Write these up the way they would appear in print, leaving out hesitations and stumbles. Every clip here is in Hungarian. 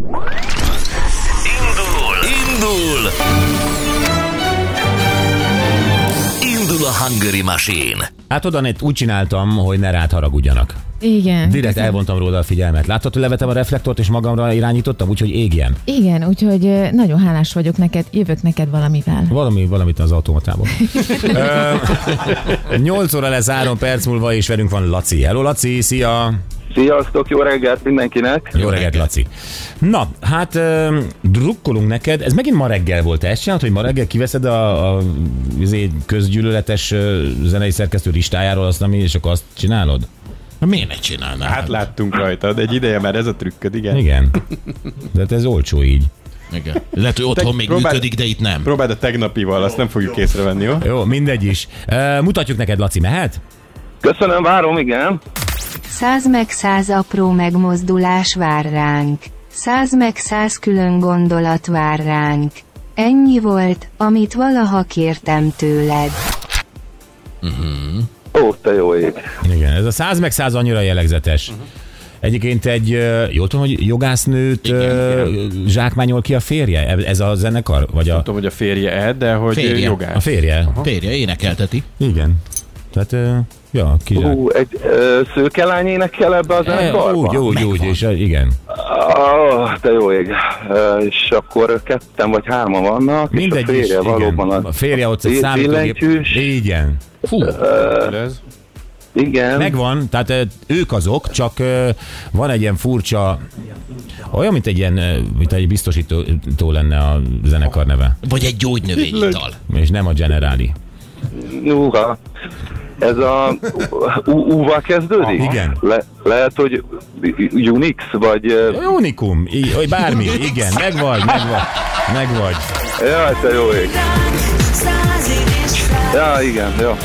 Indul a Hungary Machine. Hát oda úgy csináltam, hogy ne rád haragudjanak. Igen. Direkt elvontam róla a figyelmet. Láttad, hogy levetem a reflektort és magamra irányítottam, úgyhogy égjen. Igen, úgyhogy nagyon hálás vagyok neked, jövök neked valamivel. Valamit az automatából. 8 óra lesz 3 perc múlva, és velünk van Laci. Hello Laci, szia! Sziasztok, jó reggelt mindenkinek! Jó reggelt, Laci! Na, hát drukkolunk neked. Ez megint ma reggel volt, ezt csinált, hogy ma reggel kiveszed a közgyűlöletes zenei szerkesztő listájáról azt, és akkor azt csinálod? Miért ne csinálnál? Hát láttunk rajtad, egy ideje már ez a trükköd, igen. Igen. De ez olcsó így. Igen. Lehet, hogy otthon még működik, de itt nem. Próbáld a tegnapival, azt nem fogjuk észrevenni, jó? Jó, mindegy is. Mutatjuk neked, Laci, mehet? Köszönöm, várom, igen. 100 meg 100 apró megmozdulás vár ránk. 100 meg 100 külön gondolat vár ránk. Ennyi volt, amit valaha kértem tőled. Ó, te jó ég. Igen, ez a 100 meg 100 annyira jellegzetes. Egyébként egy, jól tudom, hogy jogásznőt zsákmányol ki a férje? Ez a zenekar? Vagy Nem tudom, hogy a férje de hogy Férje. jogász. A férje? Férje énekelteti. Igen. Tehát, ja, kizsák. Egy szőkelány énekel ebbe a zenekarba? Úgy, és igen. Te jó ég. És akkor 2 vagy 3 vannak, Mindegy és a is, férje valóban igen. A férje ott egy számítógép. Igen. Fú. Igen. Megvan, tehát ők azok, csak van egy ilyen furcsa, olyan, mint egy biztosító lenne a zenekar neve. Vagy egy gyógynövényital. És nem a Generali. Uha. Ez a U-val kezdődik? Igen. Lehet, hogy Unix, vagy... Unikum, bármi, igen, megvagy. Jaj, te jó ég. Ja, igen, jó.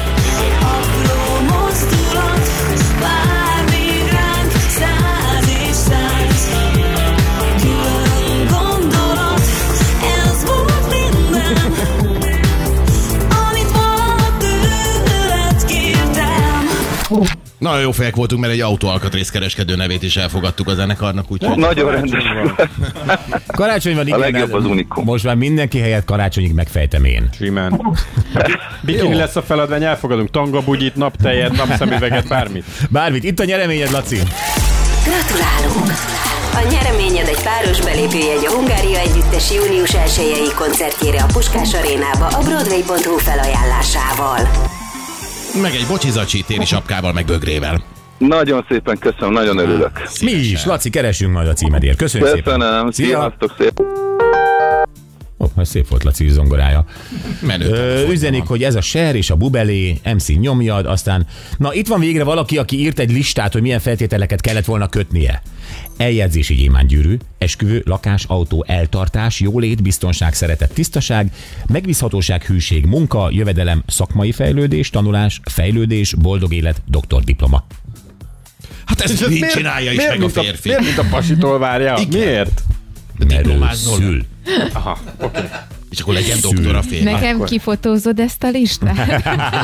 Nagyon jó fejek voltunk, mert egy autóalkatrészkereskedő nevét is elfogadtuk a zenekarnak, úgyhogy... Nagyon rendes. Karácsony van, igen. A legjobb az Unikum. Most már mindenki helyett karácsonyig megfejtem én. Simán. Bikini lesz a feladvány, elfogadunk tangabugyit, naptejet, napszemüveget, bármit. Bármit. Itt a nyereményed, Laci. Gratulálunk! A nyereményed egy páros belépőjegy a Hungária Együttes június 1-i koncertjére a Puskás Arénába a Broadway.hu felajánlásával. Meg egy bocsizacsi téli sapkával, meg bögrével. Nagyon szépen köszönöm, nagyon örülök. Mi is, Laci, keresünk majd a címedért. Köszönjük szépen. Köszönöm, sziasztok szépen. Szép volt Laci zongorája. Menő. Üzenik, hogy ez a Ser és a Bubelé, MC nyomjad, aztán... Na, itt van végre valaki, aki írt egy listát, hogy milyen feltételeket kellett volna kötnie. Eljegyzési gyémántgyűrű, esküvő, lakás, autó, eltartás, jólét, biztonság, szeretet, tisztaság, megbízhatóság, hűség, munka, jövedelem, szakmai fejlődés, tanulás, fejlődés, boldog élet, doktordiploma. Hát ezt így csinálja is meg a férfi. Miért, mint a pasitól várja? Igen. Miért? Mert ő szül. Aha, oké. És akkor legyen doktor a férj. Nekem Akkor. kifotózod ezt a listát?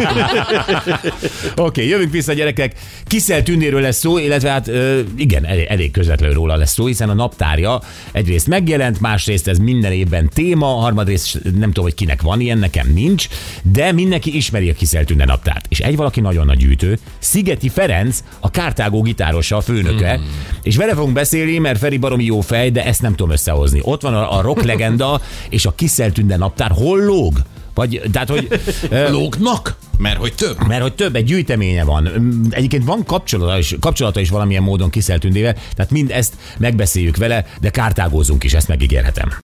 Oké, jövünk vissza, gyerekek. Kiszel Tündéről lesz szó, illetve hát igen, elég közvetlenül róla lesz szó, hiszen a naptárja egyrészt megjelent, másrészt ez minden évben téma, harmadrészt nem tudom, hogy kinek van ilyen, nekem nincs, de mindenki ismeri a Kiszel Tünde naptárt. És egy valaki nagyon nagy gyűjtő, Szigeti Ferenc, a Kártágó gitárosa, a főnöke, és vele fogunk beszélni, mert Feri baromi jó fej, de ezt nem tudom összehozni. Ott van a rock legenda, és a Kiszel Tünde naptár hol lóg? Vagy, tehát, hogy... Lógnak? Mert hogy több. Mert hogy több, egy gyűjteménye van. Egyébként van kapcsolata is valamilyen módon Kiszel Tündével, tehát mind ezt megbeszéljük vele, de kártágózunk is, ezt megígérhetem.